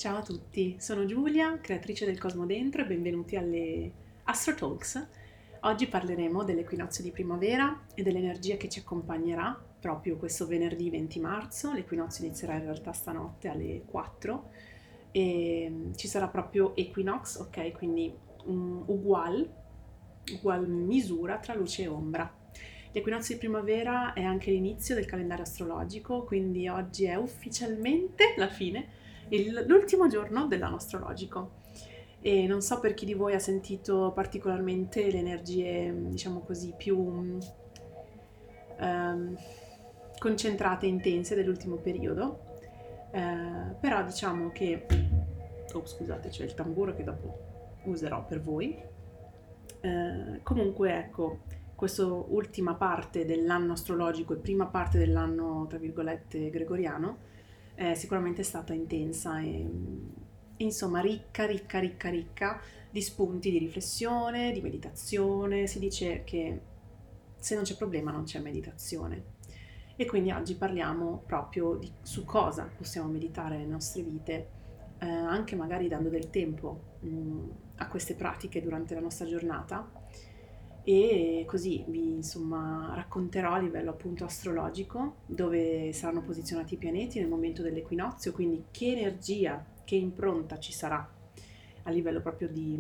Ciao a tutti, sono Giulia, creatrice del Cosmo Dentro e benvenuti alle Astro Talks. Oggi parleremo dell'equinozio di primavera e dell'energia che ci accompagnerà proprio questo venerdì 20 marzo. L'equinozio inizierà in realtà stanotte alle 4 e ci sarà proprio equinox, ok? Quindi ugual misura tra luce e ombra. L'equinozio di primavera è anche l'inizio del calendario astrologico, quindi oggi è ufficialmente la fine, l'ultimo giorno dell'anno astrologico. E non so per chi di voi ha sentito particolarmente le energie, diciamo così, più ehm, concentrate e intense dell'ultimo periodo, però diciamo che... Oh, scusate, c'è il tamburo che dopo userò per voi. Comunque, ecco, questa ultima parte dell'anno astrologico e prima parte dell'anno, tra virgolette, gregoriano, è sicuramente stata intensa e insomma ricca di spunti di riflessione, di meditazione. Si dice che se non c'è problema non c'è meditazione. E quindi oggi parliamo proprio su cosa possiamo meditare nelle nostre vite, anche magari dando del tempo a queste pratiche durante la nostra giornata e così vi insomma racconterò a livello appunto astrologico dove saranno posizionati i pianeti nel momento dell'equinozio, quindi che energia, che impronta ci sarà a livello proprio di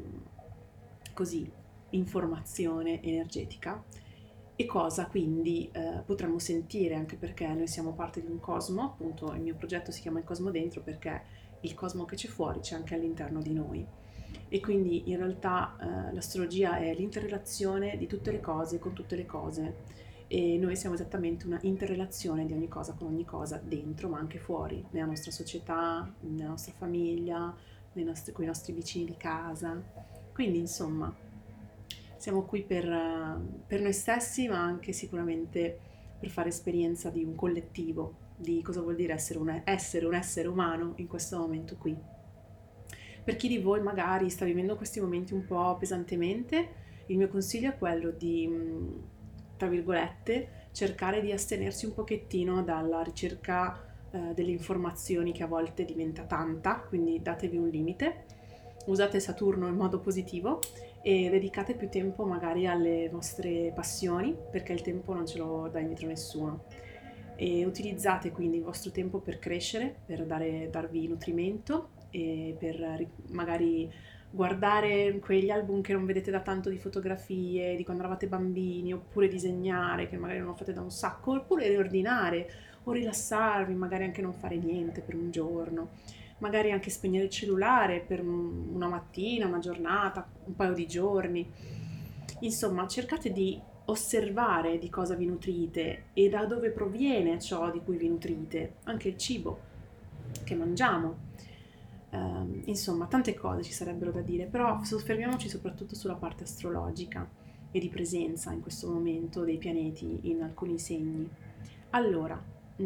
così informazione energetica e cosa quindi potremmo sentire, anche perché noi siamo parte di un cosmo, appunto il mio progetto si chiama Il Cosmo Dentro perché il cosmo che c'è fuori c'è anche all'interno di noi. E quindi in realtà l'astrologia è l'interrelazione di tutte le cose con tutte le cose e noi siamo esattamente una interrelazione di ogni cosa con ogni cosa dentro ma anche fuori, nella nostra società, nella nostra famiglia, con i nostri vicini di casa. Quindi insomma siamo qui per noi stessi ma anche sicuramente per fare esperienza di un collettivo, di cosa vuol dire essere un essere umano in questo momento qui. Per chi di voi magari sta vivendo questi momenti un po' pesantemente, il mio consiglio è quello di, tra virgolette, cercare di astenersi un pochettino dalla ricerca delle informazioni che a volte diventa tanta, quindi datevi un limite, usate Saturno in modo positivo e dedicate più tempo magari alle vostre passioni, perché il tempo non ce lo dà indietro nessuno. E utilizzate quindi il vostro tempo per crescere, per darvi nutrimento e per magari guardare quegli album che non vedete da tanto di fotografie di quando eravate bambini, oppure disegnare che magari non lo fate da un sacco, oppure riordinare o rilassarvi, magari anche non fare niente per un giorno, magari anche spegnere il cellulare per una mattina, una giornata, un paio di giorni. Insomma, cercate di osservare di cosa vi nutrite e da dove proviene ciò di cui vi nutrite, anche il cibo che mangiamo. Insomma, tante cose ci sarebbero da dire, però soffermiamoci soprattutto sulla parte astrologica e di presenza in questo momento dei pianeti in alcuni segni. Allora,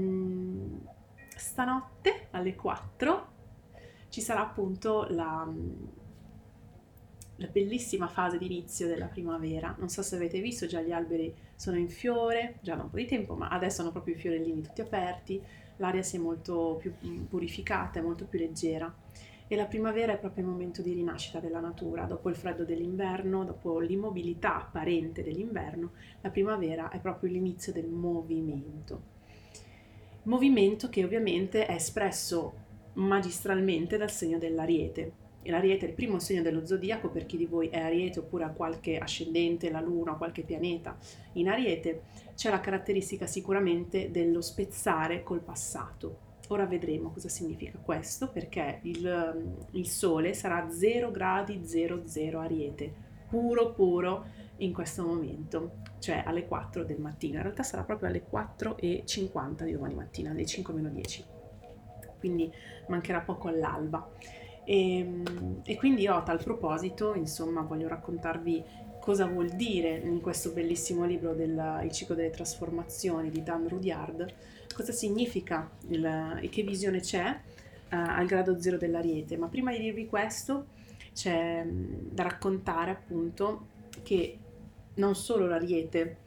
stanotte alle 4 ci sarà appunto la bellissima fase di inizio della primavera. Non so se avete visto, già gli alberi sono in fiore, già da un po' di tempo, ma adesso hanno proprio i fiorellini tutti aperti, l'aria si è molto più purificata, è molto più leggera. E la primavera è proprio il momento di rinascita della natura, dopo il freddo dell'inverno, dopo l'immobilità apparente dell'inverno, la primavera è proprio l'inizio del movimento. Movimento che ovviamente è espresso magistralmente dal segno dell'Ariete. E l'Ariete è il primo segno dello zodiaco per chi di voi è Ariete oppure ha qualche ascendente, la Luna o qualche pianeta in Ariete, c'è la caratteristica sicuramente dello spezzare col passato. Ora vedremo cosa significa questo perché il Sole sarà 0 gradi 00 Ariete, puro in questo momento, cioè alle 4 del mattino. In realtà sarà proprio alle 4:50 di domani mattina, alle 5:10. Quindi mancherà poco all'alba. E quindi io a tal proposito, insomma, voglio raccontarvi cosa vuol dire in questo bellissimo libro Il ciclo delle trasformazioni di Dan Rudyard, cosa significa e che visione c'è al grado zero dell'Ariete. Ma prima di dirvi questo c'è da raccontare appunto che non solo l'Ariete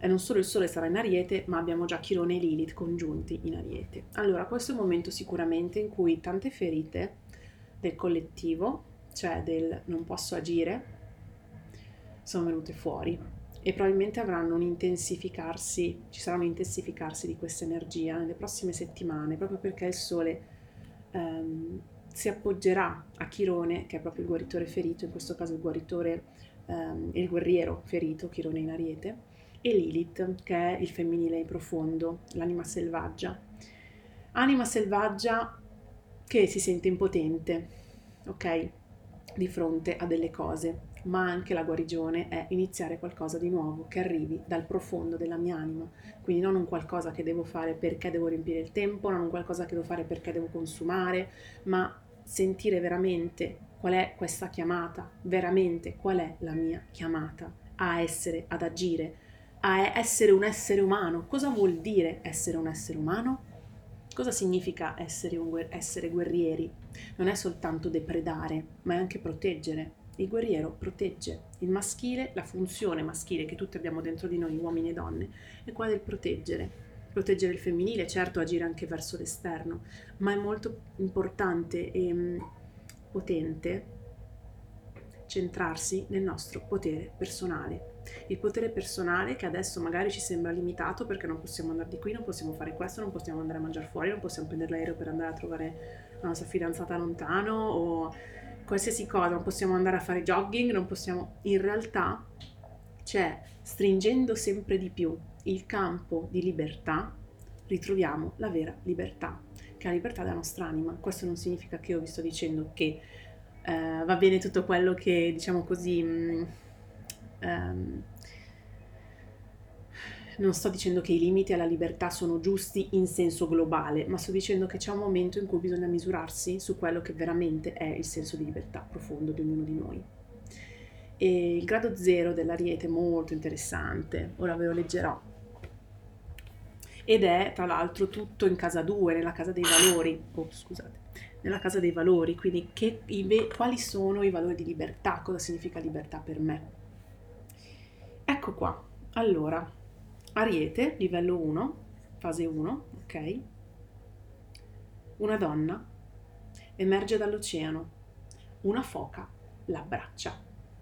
non solo il Sole sarà in Ariete, ma abbiamo già Chirone e Lilith congiunti in Ariete. Allora, questo è un momento sicuramente in cui tante ferite del collettivo, cioè del non posso agire, sono venute fuori e probabilmente avranno un intensificarsi, ci sarà un intensificarsi di questa energia nelle prossime settimane, proprio perché il Sole si appoggerà a Chirone, che è proprio il guaritore ferito, in questo caso il guaritore, il guerriero ferito, Chirone in Ariete, e Lilith, che è il femminile profondo, l'anima selvaggia. Anima selvaggia che si sente impotente, ok? Di fronte a delle cose, ma anche la guarigione è iniziare qualcosa di nuovo che arrivi dal profondo della mia anima, quindi non un qualcosa che devo fare perché devo riempire il tempo, non un qualcosa che devo fare perché devo consumare, ma sentire veramente qual è questa chiamata, veramente qual è la mia chiamata a essere, ad agire, a essere un essere umano. Cosa vuol dire essere un essere umano? Cosa significa essere guerrieri? Non è soltanto depredare, ma è anche proteggere. Il guerriero protegge. Il maschile, la funzione maschile che tutti abbiamo dentro di noi, uomini e donne, è quella del proteggere. Proteggere il femminile, certo agire anche verso l'esterno, ma è molto importante e potente centrarsi nel nostro potere personale. Il potere personale che adesso magari ci sembra limitato perché non possiamo andare di qui, non possiamo fare questo, non possiamo andare a mangiare fuori, non possiamo prendere l'aereo per andare a trovare la nostra fidanzata lontano o qualsiasi cosa, non possiamo andare a fare jogging, non possiamo... In realtà c'è, stringendo sempre di più il campo di libertà, ritroviamo la vera libertà, che è la libertà della nostra anima. Questo non significa che io vi sto dicendo che va bene tutto quello che, diciamo così, non sto dicendo che i limiti alla libertà sono giusti in senso globale, ma sto dicendo che c'è un momento in cui bisogna misurarsi su quello che veramente è il senso di libertà profondo di ognuno di noi. E il grado zero dell'Ariete è molto interessante, ora ve lo leggerò. Ed è tra l'altro tutto in casa 2, nella casa dei valori. Oh, scusate. Nella casa dei valori, quindi quali sono i valori di libertà, cosa significa libertà per me. Ecco qua, allora, Ariete, livello 1, fase 1, ok? Una donna emerge dall'oceano, una foca l'abbraccia.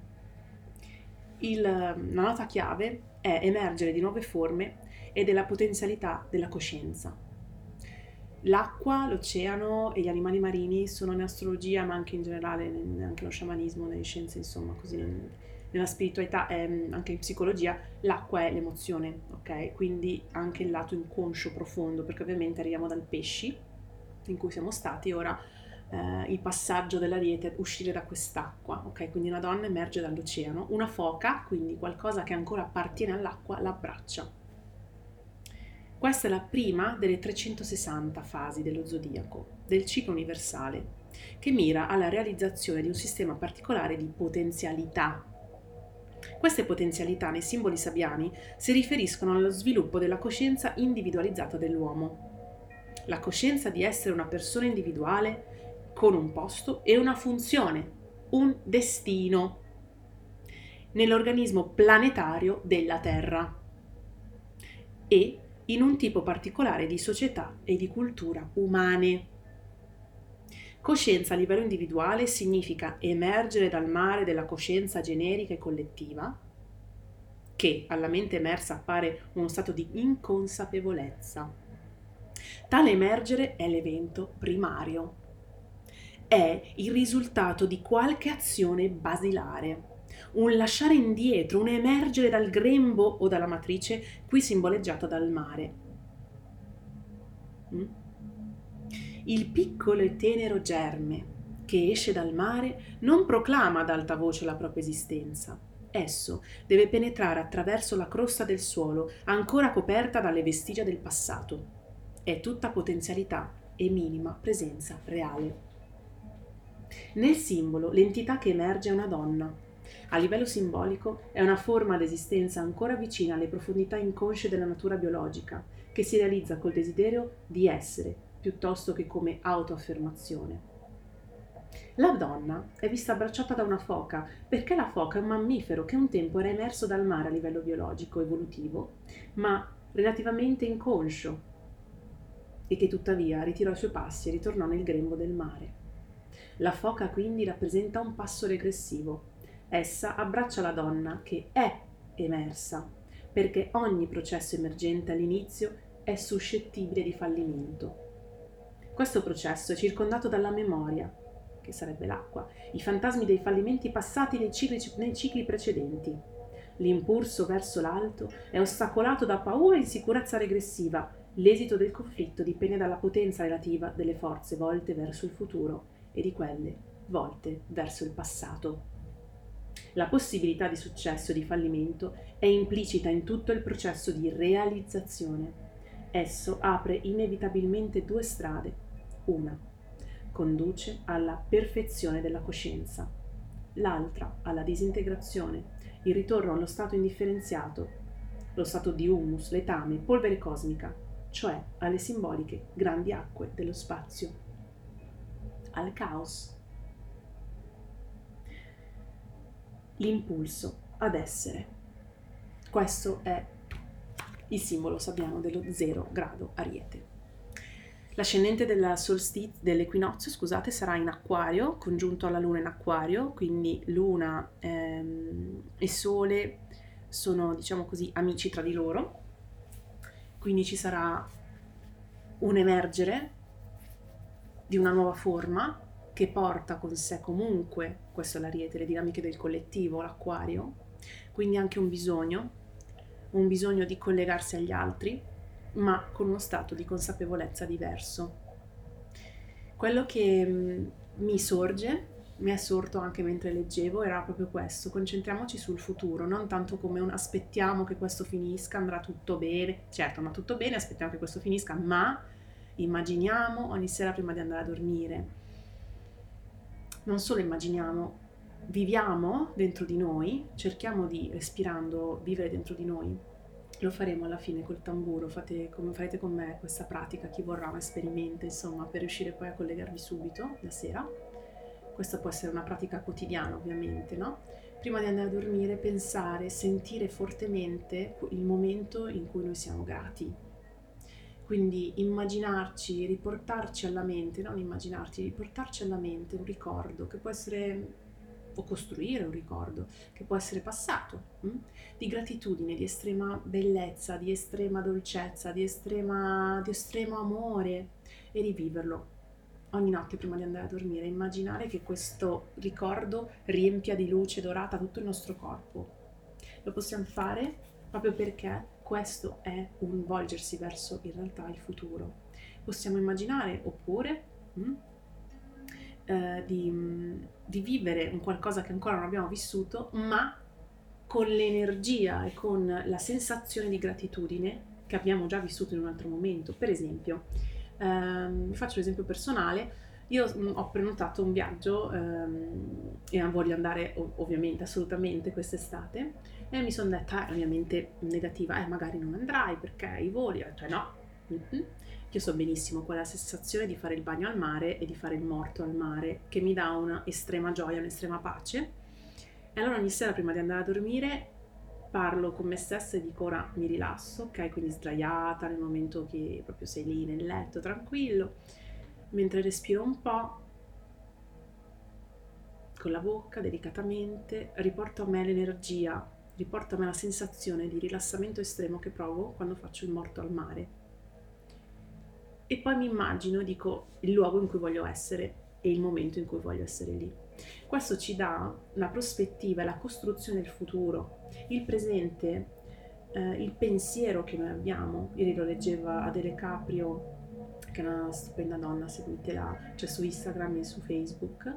La nota chiave è emergere di nuove forme e della potenzialità della coscienza. L'acqua, l'oceano e gli animali marini sono in astrologia, ma anche in generale, anche lo sciamanismo, nelle scienze, insomma, così nella spiritualità e anche in psicologia, l'acqua è l'emozione, ok? Quindi anche il lato inconscio profondo, perché ovviamente arriviamo dal pesci, in cui siamo stati, ora il passaggio dell'Ariete è uscire da quest'acqua, ok? Quindi una donna emerge dall'oceano, una foca, quindi qualcosa che ancora appartiene all'acqua, l'abbraccia. Questa è la prima delle 360 fasi dello zodiaco, del ciclo universale, che mira alla realizzazione di un sistema particolare di potenzialità. Queste potenzialità nei simboli sabbiani si riferiscono allo sviluppo della coscienza individualizzata dell'uomo. La coscienza di essere una persona individuale con un posto e una funzione, un destino, nell'organismo planetario della Terra e in un tipo particolare di società e di cultura umane. Coscienza a livello individuale significa emergere dal mare della coscienza generica e collettiva, che alla mente emersa appare uno stato di inconsapevolezza. Tale emergere è l'evento primario. È il risultato di qualche azione basilare, un lasciare indietro, un emergere dal grembo o dalla matrice qui simboleggiata dal mare. Il piccolo e tenero germe che esce dal mare non proclama ad alta voce la propria esistenza. Esso deve penetrare attraverso la crosta del suolo, ancora coperta dalle vestigia del passato. È tutta potenzialità e minima presenza reale. Nel simbolo, l'entità che emerge è una donna. A livello simbolico è una forma d'esistenza ancora vicina alle profondità inconsce della natura biologica, che si realizza col desiderio di essere, piuttosto che come autoaffermazione. La donna è vista abbracciata da una foca perché la foca è un mammifero che un tempo era emerso dal mare a livello biologico evolutivo, ma relativamente inconscio, e che tuttavia ritirò i suoi passi e ritornò nel grembo del mare. La foca quindi rappresenta un passo regressivo. Essa abbraccia la donna che è emersa, perché ogni processo emergente all'inizio è suscettibile di fallimento. Questo processo è circondato dalla memoria, che sarebbe l'acqua, i fantasmi dei fallimenti passati nei cicli precedenti. L'impulso verso l'alto è ostacolato da paura e insicurezza regressiva. L'esito del conflitto dipende dalla potenza relativa delle forze volte verso il futuro e di quelle volte verso il passato. La possibilità di successo e di fallimento è implicita in tutto il processo di realizzazione. Esso apre inevitabilmente due strade. Una conduce alla perfezione della coscienza, l'altra alla disintegrazione, il ritorno allo stato indifferenziato, lo stato di humus, letame, polvere cosmica, cioè alle simboliche grandi acque dello spazio, al caos. L'impulso ad essere. Questo è il simbolo sabbiano dello 0 grado Ariete. L'ascendente dell'equinozio, sarà in Acquario, congiunto alla Luna in Acquario, quindi Luna e Sole sono, diciamo così, amici tra di loro. Quindi ci sarà un emergere di una nuova forma che porta con sé comunque, questo è l'Ariete, le dinamiche del collettivo, l'Acquario, quindi anche un bisogno di collegarsi agli altri, ma con uno stato di consapevolezza diverso. Quello che mi è sorto anche mentre leggevo, era proprio questo: concentriamoci sul futuro, non tanto come un aspettiamo che questo finisca, andrà tutto bene. Certo, ma tutto bene, aspettiamo che questo finisca, ma immaginiamo ogni sera prima di andare a dormire. Non solo immaginiamo, viviamo dentro di noi, cerchiamo di, respirando, vivere dentro di noi. Lo faremo alla fine col tamburo, farete con me questa pratica, chi vorrà un esperimento, insomma, per riuscire poi a collegarvi subito la sera. Questa può essere una pratica quotidiana, ovviamente, no? Prima di andare a dormire, pensare, sentire fortemente il momento in cui noi siamo grati. Quindi immaginarci, riportarci alla mente, non immaginarci, riportarci alla mente un ricordo che può essere, o costruire un ricordo che può essere passato, di gratitudine, di estrema bellezza, di estrema dolcezza, di estremo amore, e riviverlo ogni notte prima di andare a dormire. Immaginare che questo ricordo riempia di luce dorata tutto il nostro corpo. Lo possiamo fare proprio perché questo è un volgersi verso in realtà il futuro. Possiamo immaginare, oppure di vivere un qualcosa che ancora non abbiamo vissuto, ma con l'energia e con la sensazione di gratitudine che abbiamo già vissuto in un altro momento. Per esempio, vi faccio l'esempio personale. Io ho prenotato un viaggio e voglio andare ovviamente assolutamente quest'estate, e mi sono detta ovviamente negativa, magari non andrai perché i voli, cioè no. Io so benissimo qual è la sensazione di fare il bagno al mare e di fare il morto al mare, che mi dà una estrema gioia, un'estrema pace. E allora ogni sera prima di andare a dormire parlo con me stessa e dico: ora mi rilasso, ok? Quindi sdraiata nel momento che proprio sei lì nel letto, tranquillo, mentre respiro un po' con la bocca, delicatamente, riporto a me l'energia, riporto a me la sensazione di rilassamento estremo che provo quando faccio il morto al mare. E poi mi immagino, dico, il luogo in cui voglio essere e il momento in cui voglio essere lì. Questo ci dà la prospettiva e la costruzione del futuro, il presente, il pensiero che noi abbiamo. Ieri lo leggeva Adele Caprio, che è una stupenda donna, seguitela, c'è su Instagram e su Facebook.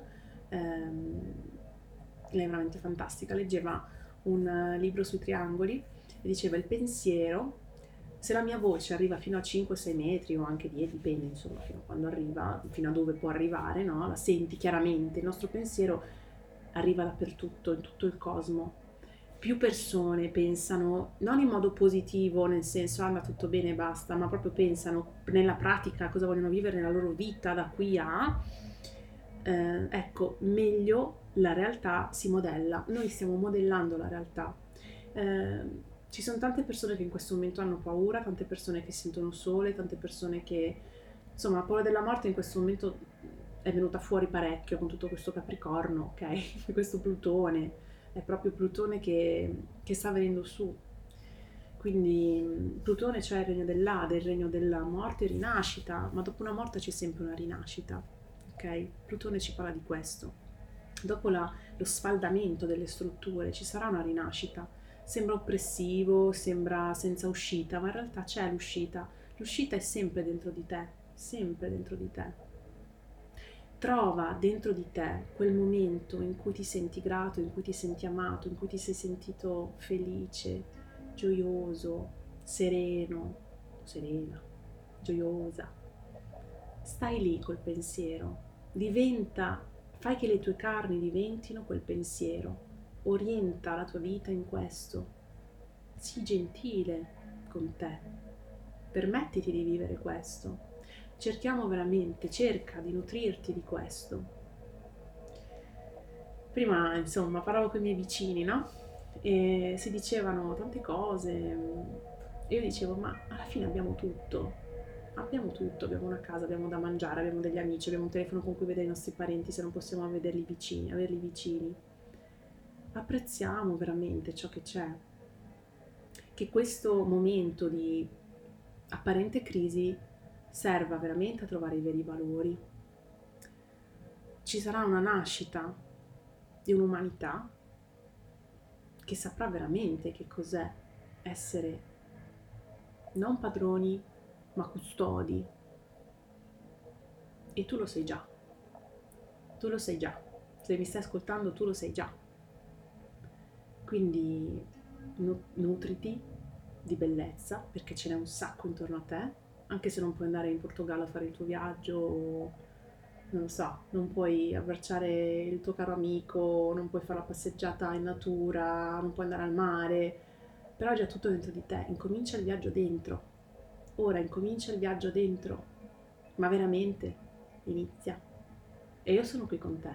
Lei è veramente fantastica. Leggeva un libro sui triangoli e diceva: il pensiero, se la mia voce arriva fino a 5-6 metri o anche 10, dipende insomma fino a quando arriva, fino a dove può arrivare, no? La senti chiaramente, il nostro pensiero arriva dappertutto, in tutto il cosmo. Più persone pensano, non in modo positivo, nel senso anda tutto bene e basta, ma proprio pensano nella pratica cosa vogliono vivere nella loro vita da qui a, ecco, meglio la realtà si modella. Noi stiamo modellando la realtà. Ci sono tante persone che in questo momento hanno paura, tante persone che si sentono sole, tante persone che, insomma, la paura della morte in questo momento è venuta fuori parecchio con tutto questo Capricorno, ok? Questo Plutone, è proprio Plutone che sta venendo su. Quindi Plutone, cioè il regno dell'Ade, il regno della morte e rinascita, ma dopo una morte c'è sempre una rinascita, ok? Plutone ci parla di questo. Dopo lo sfaldamento delle strutture ci sarà una rinascita. Sembra oppressivo, sembra senza uscita, ma in realtà c'è l'uscita. L'uscita è sempre dentro di te, sempre dentro di te. Trova dentro di te quel momento in cui ti senti grato, in cui ti senti amato, in cui ti sei sentito felice, gioioso, sereno, serena, gioiosa. Stai lì col pensiero, fai che le tue carni diventino quel pensiero, orienta la tua vita in questo, sii gentile con te, permettiti di vivere questo. Cerca di nutrirti di questo. Prima, insomma, parlavo con i miei vicini, no? E si dicevano tante cose. E io dicevo, ma alla fine abbiamo tutto, abbiamo una casa, abbiamo da mangiare, abbiamo degli amici, abbiamo un telefono con cui vedere i nostri parenti se non possiamo averli vicini. Apprezziamo veramente ciò che c'è. Che questo momento di apparente crisi serva veramente a trovare i veri valori. Ci sarà una nascita di un'umanità che saprà veramente che cos'è essere non padroni ma custodi. E tu lo sai già. Tu lo sai già. Se mi stai ascoltando, tu lo sai già. Quindi nutriti di bellezza, perché ce n'è un sacco intorno a te, anche se non puoi andare in Portogallo a fare il tuo viaggio, o, non lo so, non puoi abbracciare il tuo caro amico, non puoi fare la passeggiata in natura, non puoi andare al mare, però è già tutto dentro di te. Incomincia il viaggio dentro. Ora incomincia il viaggio dentro, ma veramente inizia. E io sono qui con te.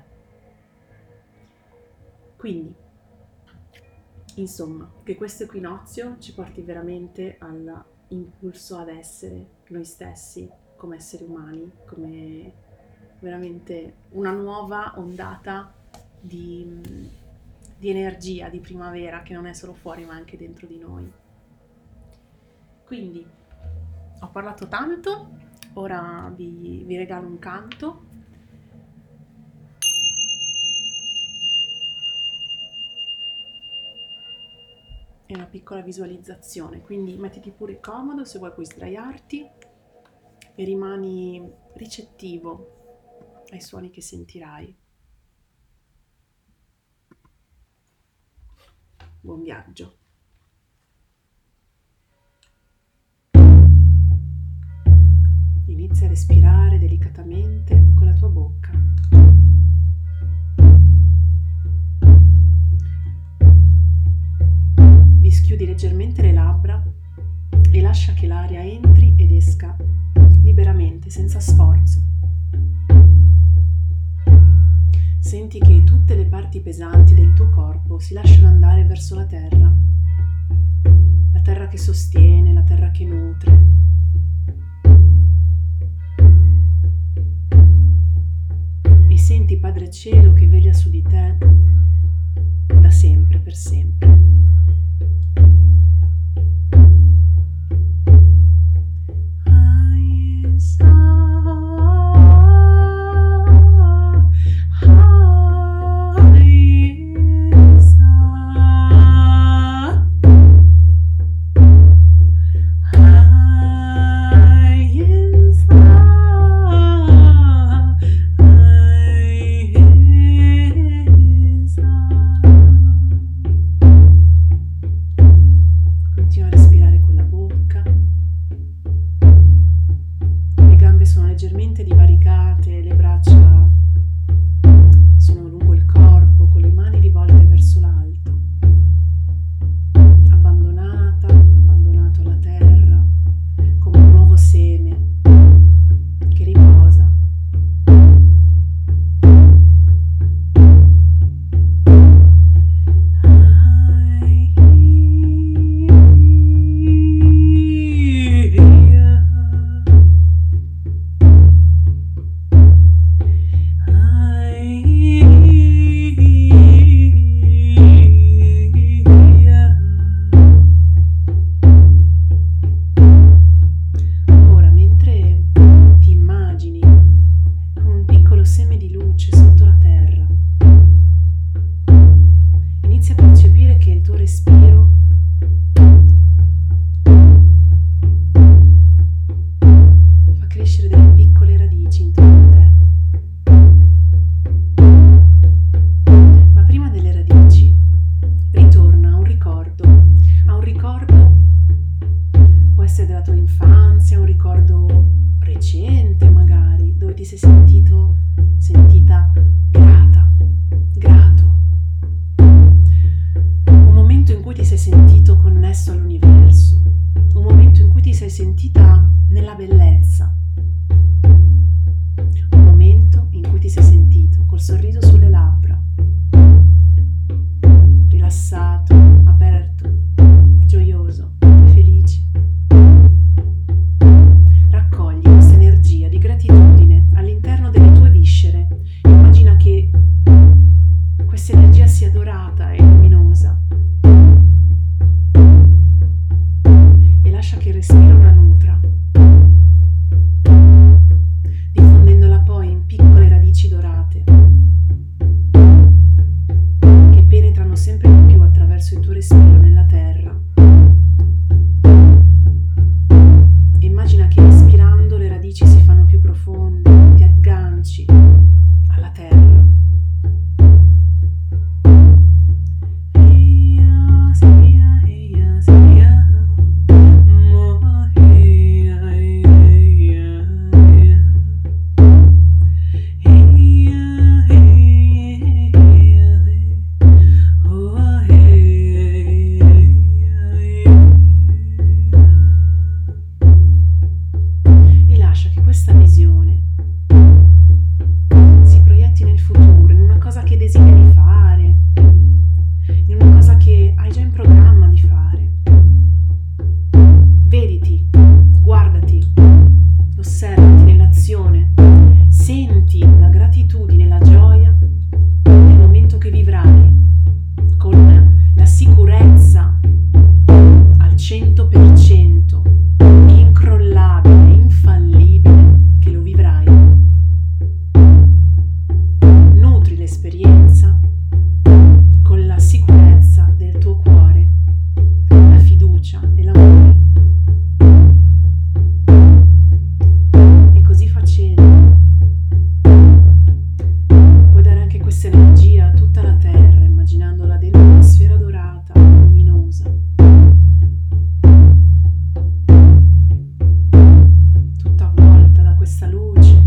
Quindi, insomma, che questo equinozio ci porti veramente all'impulso ad essere noi stessi come esseri umani, come veramente una nuova ondata di energia, di primavera, che non è solo fuori ma anche dentro di noi. Quindi ho parlato tanto, ora vi regalo un canto. E una piccola visualizzazione, quindi mettiti pure comodo, se vuoi puoi sdraiarti e rimani ricettivo ai suoni che sentirai. Buon viaggio. Inizia a respirare delicatamente con la tua bocca. Schiudi leggermente le labbra e lascia che l'aria entri ed esca liberamente, senza sforzo. Senti che tutte le parti pesanti del tuo corpo si lasciano andare verso la terra che sostiene, la terra che nutre. E senti Padre Cielo che veglia su di te da sempre, per sempre. sei sentita grata, grato. Un momento in cui ti sei sentito connesso all'universo, un momento in cui ti sei sentita nella bellezza, un momento in cui ti sei sentito col sorriso sulle labbra, rilassato, aperto, gioioso, felice. Raccogli questa energia di gratitudine all'interno delle tue viscere. Immagina che questa energia sia dorata e luminosa e lascia che il respiro la nutra, diffondendola poi in piccole radici dorate che penetrano sempre di più attraverso il tuo respiro nella terra. E immagina che respirando le radici si fanno più profonde, ti agganci alla terra. E lascia che questa visione si proietti nel futuro, in una cosa che desideri fare, in una cosa che hai già in programma di fare. Vediti, guardati, osservati nell'azione, senti la gratitudine, la gioia nel momento che vivrai, con la sicurezza al 100%, incrollabile, infallibile, che lo vivrai. Nutri l'esperienza con la sicurezza del tuo cuore, la fiducia e l'amore. E così facendo puoi dare anche questa energia a tutta la terra, immaginandola dentro una sfera dorata, luminosa, tutta avvolta da questa luce.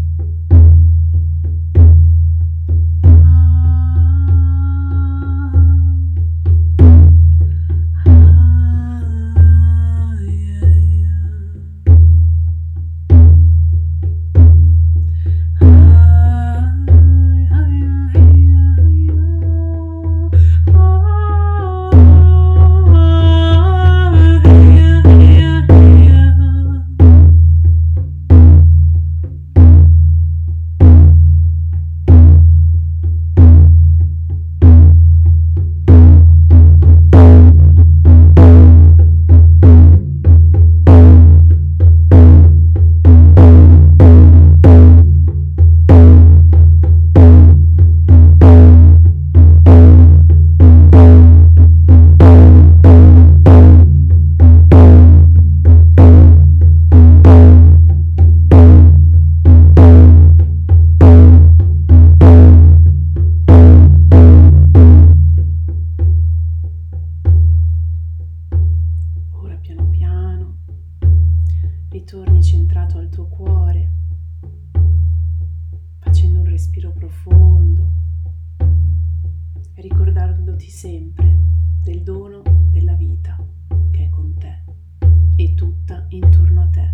Ora piano piano ritorni centrato al tuo cuore, facendo un respiro profondo e ricordandoti sempre del dono della vita che è con te e tutta intorno a te.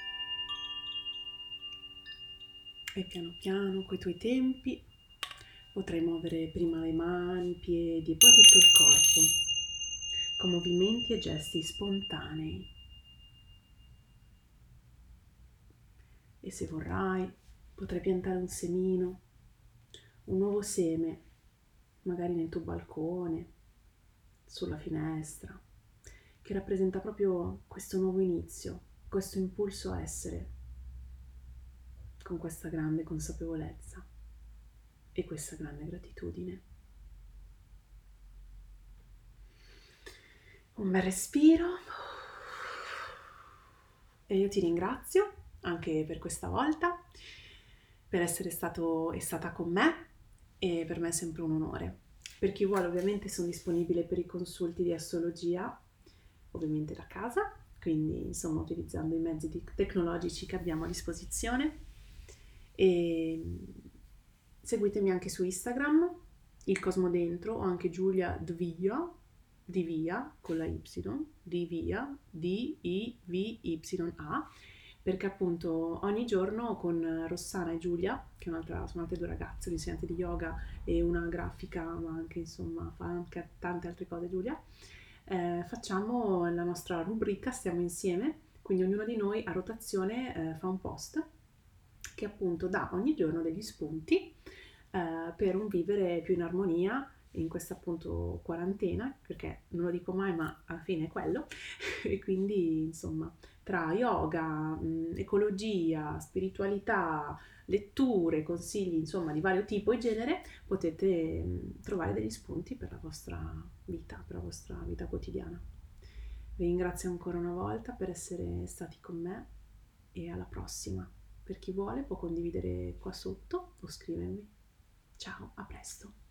E piano piano, coi tuoi tempi, Potrai muovere prima le mani, i piedi e poi tutto il corpo, con movimenti e gesti spontanei. E se vorrai, potrai piantare un semino, un nuovo seme, magari nel tuo balcone, sulla finestra, che rappresenta proprio questo nuovo inizio, questo impulso a essere, con questa grande consapevolezza e questa grande gratitudine. Un bel respiro e io ti ringrazio anche per questa volta, per essere stato e stata con me, e per me è sempre un onore. Per chi vuole, ovviamente sono disponibile per i consulti di astrologia, ovviamente da casa, quindi insomma utilizzando i mezzi tecnologici che abbiamo a disposizione. E seguitemi anche su Instagram, il Cosmo Dentro, o anche Giulia Dvia, di Via con la Y, di Via, Divya, perché appunto ogni giorno con Rossana e Giulia, che sono altre due ragazze, un'insegnante di yoga e una grafica, ma anche insomma fa anche tante altre cose Giulia, facciamo la nostra rubrica Stiamo Insieme, quindi ognuno di noi a rotazione fa un post che appunto dà ogni giorno degli spunti per un vivere più in armonia in questa appunto quarantena, perché non lo dico mai ma alla fine è quello, e quindi insomma tra yoga, ecologia, spiritualità, letture, consigli insomma di vario tipo e genere potete trovare degli spunti per la vostra vita quotidiana. Vi ringrazio ancora una volta per essere stati con me e alla prossima. Per chi vuole può condividere qua sotto o scrivermi. Ciao, a presto.